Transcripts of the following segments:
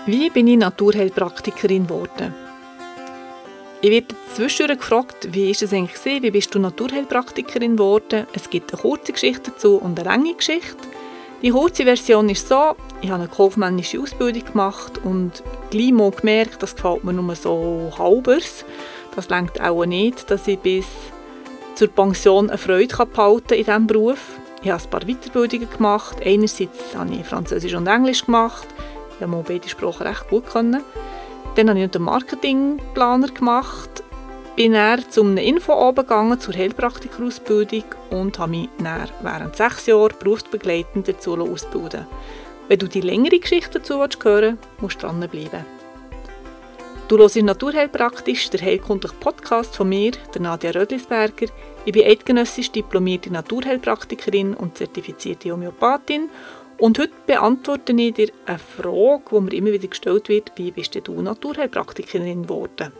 Wie bin ich Naturheilpraktikerin geworden? Ich werde zwischendurch gefragt, wie war es eigentlich gewesen? Wie bist du Naturheilpraktikerin geworden? Es gibt eine kurze Geschichte dazu und eine lange Geschichte. Die kurze Version ist so: Ich habe eine kaufmännische Ausbildung gemacht und gleich mal gemerkt, das gefällt mir nur so halbers. Das reicht auch nicht, dass ich bis zur Pension eine Freude behalten in diesem Beruf. Ich habe ein paar Weiterbildungen gemacht. Einerseits habe ich Französisch und Englisch gemacht. Ich habe beide Sprachen recht gut können. Dann habe ich noch den Marketingplaner gemacht. Bin dann zu einem Info-Abend gegangen zur Heilpraktikerausbildung und habe mich dann während 6 Jahren berufsbegleitend dazu ausbilden. Wenn du die längere Geschichte dazu hören willst, musst du dranbleiben. Du hörst Naturheilpraktisch, der heilkundliche Podcast von mir, der Nadja Rödlisberger. Ich bin eidgenössisch diplomierte Naturheilpraktikerin und zertifizierte Homöopathin. Und heute beantworte ich dir eine Frage, die mir immer wieder gestellt wird: Wie bist du Naturheilpraktikerin geworden?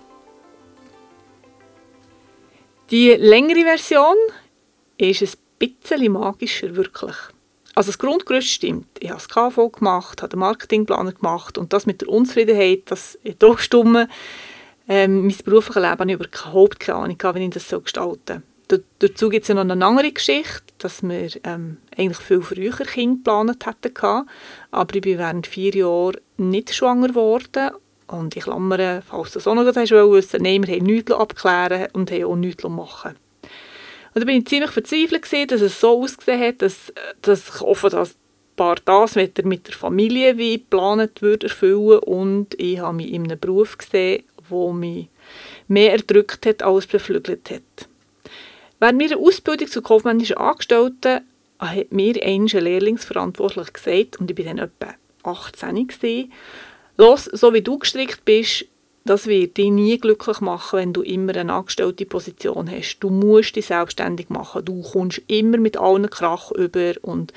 Die längere Version ist ein bisschen magischer, wirklich. Also das Grundgerüst stimmt. Ich habe das KV gemacht, habe den Marketingplaner gemacht und das mit der Unzufriedenheit, das hat auch gestimmt. Mein berufliches Leben habe ich überhaupt keine Ahnung, wie ich das gestalten soll. Dazu gibt es ja noch eine andere Geschichte, dass wir eigentlich viel früher Kinder geplant hätten. Aber ich bin während 4 Jahren nicht schwanger geworden. Und ich klammere, falls du das auch noch wissen, nein, wir haben nichts abklären und haben auch nichts machen. Und da bin ich ziemlich verzweifelt, dass es so ausgesehen hat, dass ich hoffe, dass ein Paar das mit der Familie wie geplant würde erfüllen. Und ich habe mich in einem Beruf gesehen, der mich mehr erdrückt hat, als beflügelt hat. Während meiner Ausbildung zur kaufmännischen Angestellten hat mir einmal ein Lehrlingsverantwortlich gesagt, und ich war dann etwa 18 gewesen: «Los, so wie du gestrickt bist, das wird dich nie glücklich machen, wenn du immer eine angestellte Position hast. Du musst dich selbstständig machen. Du kommst immer mit allen Krach über und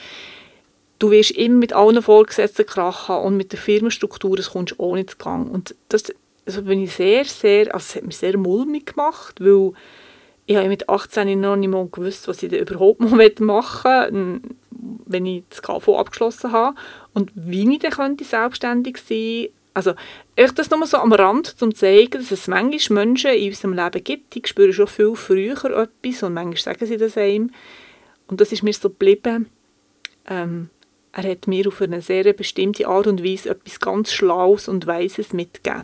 du wirst immer mit allen Vorgesetzten Krach haben und mit der Firmenstruktur, das kommst du auch nicht zu Gang.» Und das bin ich es hat mich sehr mulmig gemacht, weil ich habe mit 18 noch nicht mal gewusst, was ich überhaupt noch machen möchte, wenn ich das KV abgeschlossen habe. Und wie ich dann selbstständig sein könnte. Also, ich das nur so am Rand, um zu zeigen, dass es manchmal Menschen in unserem Leben gibt, die spüren schon viel früher etwas und manchmal sagen sie das einem. Und das ist mir so geblieben. Er hat mir auf eine sehr bestimmte Art und Weise etwas ganz Schlaues und Weises mitgegeben.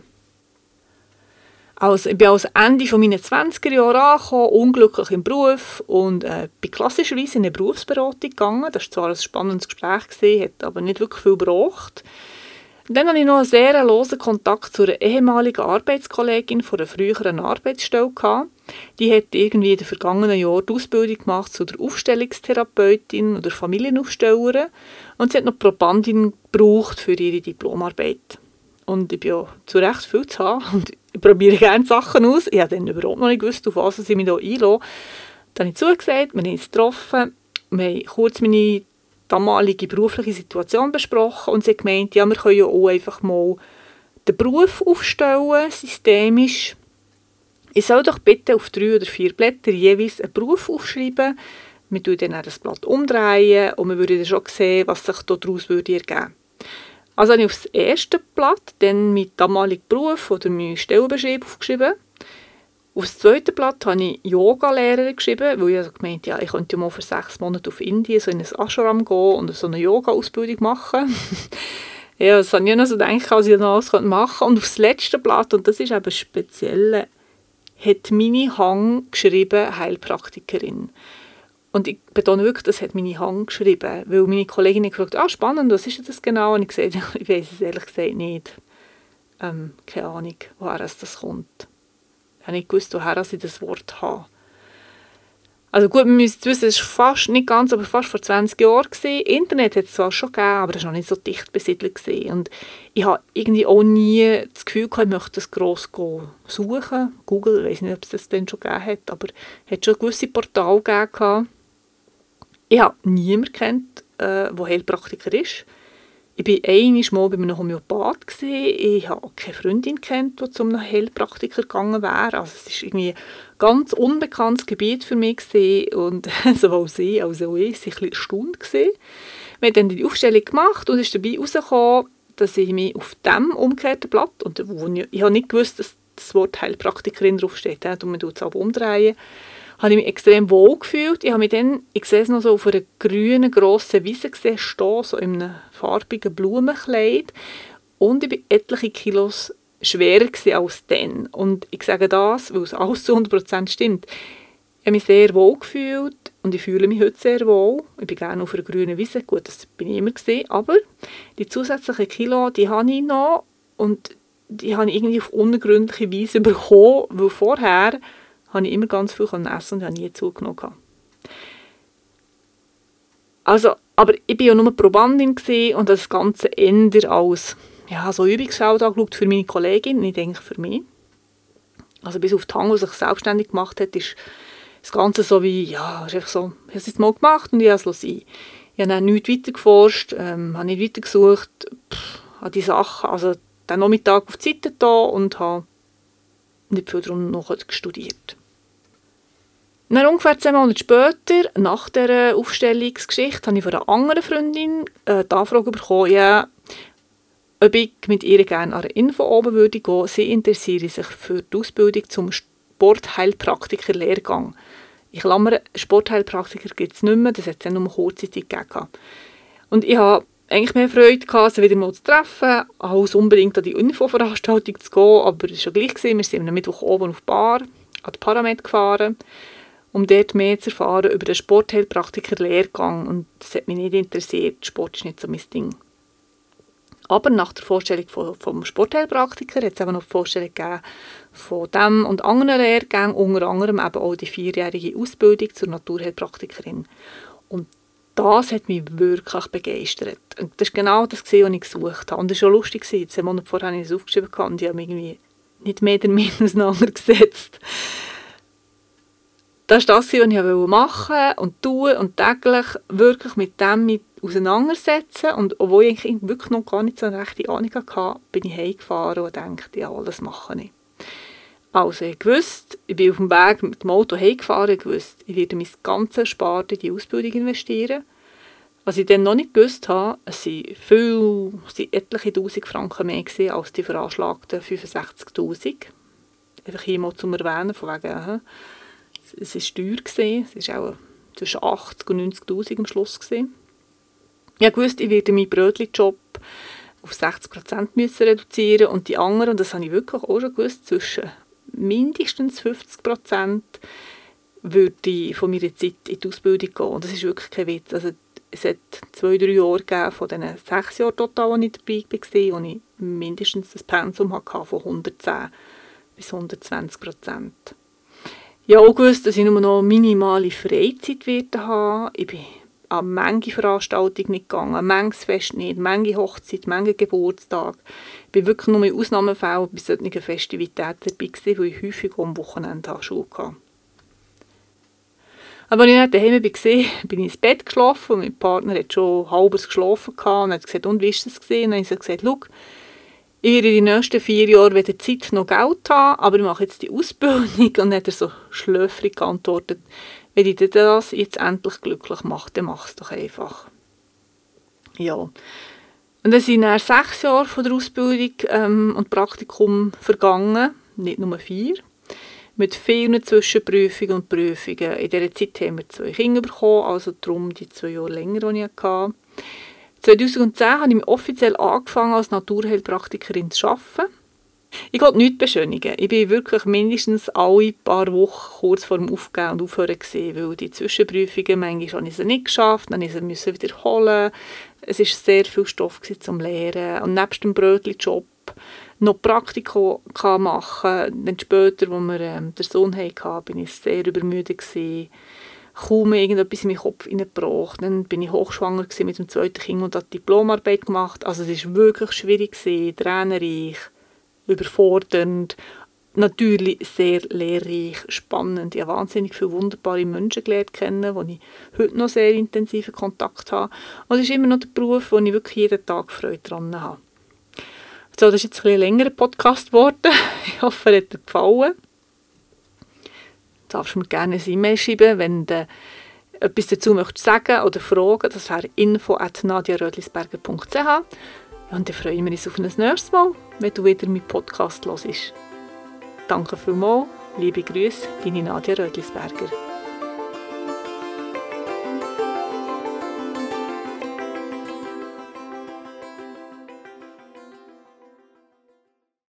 Also, ich bin als Ende meiner 20er Jahre angekommen, unglücklich im Beruf und bin klassischerweise in eine Berufsberatung gegangen. Das war zwar ein spannendes Gespräch, hat aber nicht wirklich viel gebracht. Dann hatte ich noch einen sehr losen Kontakt zu einer ehemaligen Arbeitskollegin von einer früheren Arbeitsstelle gehabt. Die hat irgendwie in den vergangenen Jahren die Ausbildung gemacht zu der Aufstellungstherapeutin oder Familienaufstellerin und sie hat noch Probandin gebraucht für ihre Diplomarbeit. Und ich bin ja zu Recht viel zu haben und ich probiere gerne Sachen aus. Ich habe dann überhaupt noch nicht gewusst, auf was ich mich hier einlasse. Dann habe ich zugesagt, wir haben uns getroffen, wir haben kurz meine damalige berufliche Situation besprochen und sie hat gemeint, ja, wir können ja auch einfach mal den Beruf aufstellen, systemisch. Ich soll doch bitte auf 3 oder 4 Blätter jeweils einen Beruf aufschreiben. Wir würden dann das Blatt umdrehen und wir würden dann schon sehen, was sich daraus ergeben würde. Also habe ich auf das erste Blatt dann meinen damaligen Beruf oder meinen Stellenbeschrieb aufgeschrieben. Auf das zweite Blatt habe ich Yoga-Lehrerin geschrieben, weil ich gemeint habe, ja, ich könnte ja mal für 6 Monate auf Indien so in ein Ashram gehen und so eine Yoga-Ausbildung machen. Ja, das habe ich noch so gedacht, was ich noch alles machen könnte. Und auf das letzte Blatt, und das ist eben speziell, hat meine Hang geschrieben, Heilpraktikerin. Und ich betone wirklich, das hat meine Hand geschrieben, weil meine Kollegin gefragt hat, spannend, was ist das genau? Und ich gesagt, ich weiss es ehrlich gesagt nicht. Keine Ahnung, woher das kommt. Ich habe nicht gewusst, woher ich das Wort habe. Also gut, man müsste wissen, es war fast, nicht ganz, aber fast vor 20 Jahren. Internet hat es zwar schon gegeben, aber das war noch nicht so dicht besiedelt. Und ich habe irgendwie auch nie das Gefühl gehabt, ich möchte das gross suchen. Google, ich weiß nicht, ob es das dann schon gegeben hat, aber es hat schon gewisse Portale gegeben. Ich habe niemanden kennt, der Heilpraktiker ist. Ich war einmal bei einem Homöopath. Ich habe keine Freundin kennt, die zu einem Heilpraktiker gegangen wäre. Also es war irgendwie ein ganz unbekanntes Gebiet für mich und sowohl sie als auch ich waren ein bisschen erstaunt. Wir haben dann die Aufstellung gemacht und es ist dabei herausgekommen, dass ich mich auf dem umgekehrten Blatt, und ich habe nicht gewusst, dass das Wort Heilpraktikerin draufsteht, und man tut es aber umdrehen, habe ich mich extrem wohl gefühlt. Ich sehe es noch so auf einer grünen, grossen Wiese stehen, so in einem farbigen Blumenkleid. Und ich war etliche Kilos schwerer als dann. Und ich sage das, weil es alles zu 100% stimmt. Ich habe mich sehr wohl gefühlt und ich fühle mich heute sehr wohl. Ich bin gerne auf einer grünen Wiese, gut, das bin ich immer gewesen, aber die zusätzlichen Kilo, die habe ich noch und die habe ich irgendwie auf unergründliche Weise bekommen, weil vorher habe ich immer ganz viel essen und habe nie zugenommen. Also, aber ich war ja nur Probandin und das Ganze eher als so Übungsfeld angeschaut für meine Kollegin, nicht eigentlich für mich. Also bis auf die Hang, die sich selbstständig gemacht hat, ist das Ganze so wie, ist einfach so, ich habe es jetzt mal gemacht und ich habe es lassen. Ich habe dann nichts weiter geforscht, habe nicht weitergesucht, habe die Sachen, also den Nachmittag auf die Seite da und habe nicht viel darum noch studiert. Dann ungefähr 2 Monate später, nach dieser Aufstellungsgeschichte, habe ich von einer anderen Freundin die Anfrage bekommen, ob ich mit ihr gerne an einer Info oben würde gehen. Sie interessiere sich für die Ausbildung zum Sportheilpraktiker-Lehrgang. Ich klammere, Sportheilpraktiker gibt es nicht mehr, das hat es dann nur kurze Zeit gegeben. Und ich habe eigentlich mehr Freude gehabt, sie wieder mal zu treffen, als unbedingt an die Infoveranstaltung zu gehen, aber es war schon gleich gewesen. Wir sind am Mittwoch oben auf die Bar, an die Paramed gefahren, um dort mehr zu erfahren über den Sportheilpraktiker-Lehrgang. Und das hat mich nicht interessiert, Sport ist nicht so mein Ding. Aber nach der Vorstellung vom Sportheilpraktiker hat es eben noch die Vorstellung gegeben von diesem und anderen Lehrgängen, unter anderem eben auch die 4-jährige Ausbildung zur Naturheilpraktikerin. Und das hat mich wirklich begeistert. Und das war genau das, was ich gesucht habe. Und das war schon lustig. 2 Monate vorher habe ich es aufgeschrieben und ich habe mich irgendwie nicht mehr damit auseinandergesetzt. Das war das, was ich machen und tun und täglich wirklich mit dem auseinandersetzen. Und obwohl ich eigentlich wirklich noch gar nicht so eine rechte Ahnung hatte, bin ich heimgefahren und dachte, das mache ich. Also ich wusste, ich bin auf dem Weg mit dem Auto heimgefahren, ich wusste, ich werde mein ganzes Erspartes in die Ausbildung investieren. Was ich dann noch nicht gewusst habe, es waren etliche 1000 Franken mehr gewesen als die veranschlagten 65'000. Einfach hier mal zum Erwähnen, von wegen, es war teuer gewesen, es war auch zwischen 80 und 90'000 am Schluss gewesen. Ich wusste, ich werde meinen Brötli-Job auf 60% müssen reduzieren und die anderen, und das habe ich wirklich auch schon gewusst, zwischen mindestens 50% würde ich von meiner Zeit in die Ausbildung gehen. Und das ist wirklich kein Witz. Also, es hat 2-3 Jahre gegeben, von diesen 6 Jahren total, als ich dabei war, und ich mindestens das Pensum hatte von 110 bis 120%. Ich habe auch gewusst, dass ich nur noch minimale Freizeit haben werde. Ich bin an manche Veranstaltungen nicht gegangen, an manches Fest nicht, manche Hochzeit, manche Geburtstag. Ich bin wirklich nur in Ausnahmefällen bei solchen Festivitäten dabei gewesen, weil ich häufig am Wochenende Schule hatte. Aber als ich dann daheim war, bin ich ins Bett geschlafen und mein Partner hat schon halbes geschlafen und hat gesagt, und wie war das? Und dann habe ich gesagt, schau, ich werde die nächsten 4 Jahre weder Zeit noch Geld haben, aber ich mache jetzt die Ausbildung. Und dann hat er so schläfrig geantwortet, wenn ich das jetzt endlich glücklich mache, dann mach es doch einfach. Ja. Und dann sind dann 6 Jahre von der Ausbildung und Praktikum vergangen, nicht nur 4. Mit vielen Zwischenprüfungen und Prüfungen. In dieser Zeit haben wir 2 Kinder bekommen, also darum die 2 Jahre länger, die ich hatte. 2010 habe ich offiziell angefangen, als Naturheilpraktikerin zu arbeiten. Ich kann nichts beschönigen. Ich bin wirklich mindestens alle paar Wochen kurz vor dem Aufgeben und Aufhören gewesen, weil die Zwischenprüfungen, manchmal habe ich sie nicht geschafft, dann musste ich sie wiederholen. Es war sehr viel Stoff zum Lernen. Und nebst dem Brötli-Job noch Praktika machen. Dann später, als wir den Sohn hatten, bin ich sehr übermüdet gewesen. Kaum irgendetwas in meinen Kopf hineingebracht. Dann bin ich hochschwanger mit dem 2. Kind und habe die Diplomarbeit gemacht. Also es war wirklich schwierig gewesen, tränenreich, überfordernd, natürlich sehr lehrreich, spannend. Ich habe wahnsinnig viele wunderbare Menschen gelernt kennen, wo ich heute noch sehr intensiven Kontakt habe. Und es ist immer noch der Beruf, wo ich wirklich jeden Tag Freude daran habe. So, das ist jetzt ein längerer Podcast geworden. Ich hoffe, er hat dir gefallen. Du darfst mir gerne ein E-Mail schreiben, wenn du etwas dazu möchtest sagen oder fragen. Das wäre info@nadiarödlisberger.ch. Ich Und dann freuen wir uns auf ein nächstes Mal, wenn du wieder meinen Podcast hörst. Danke vielmals, liebe Grüße, deine Nadja Rödlisberger.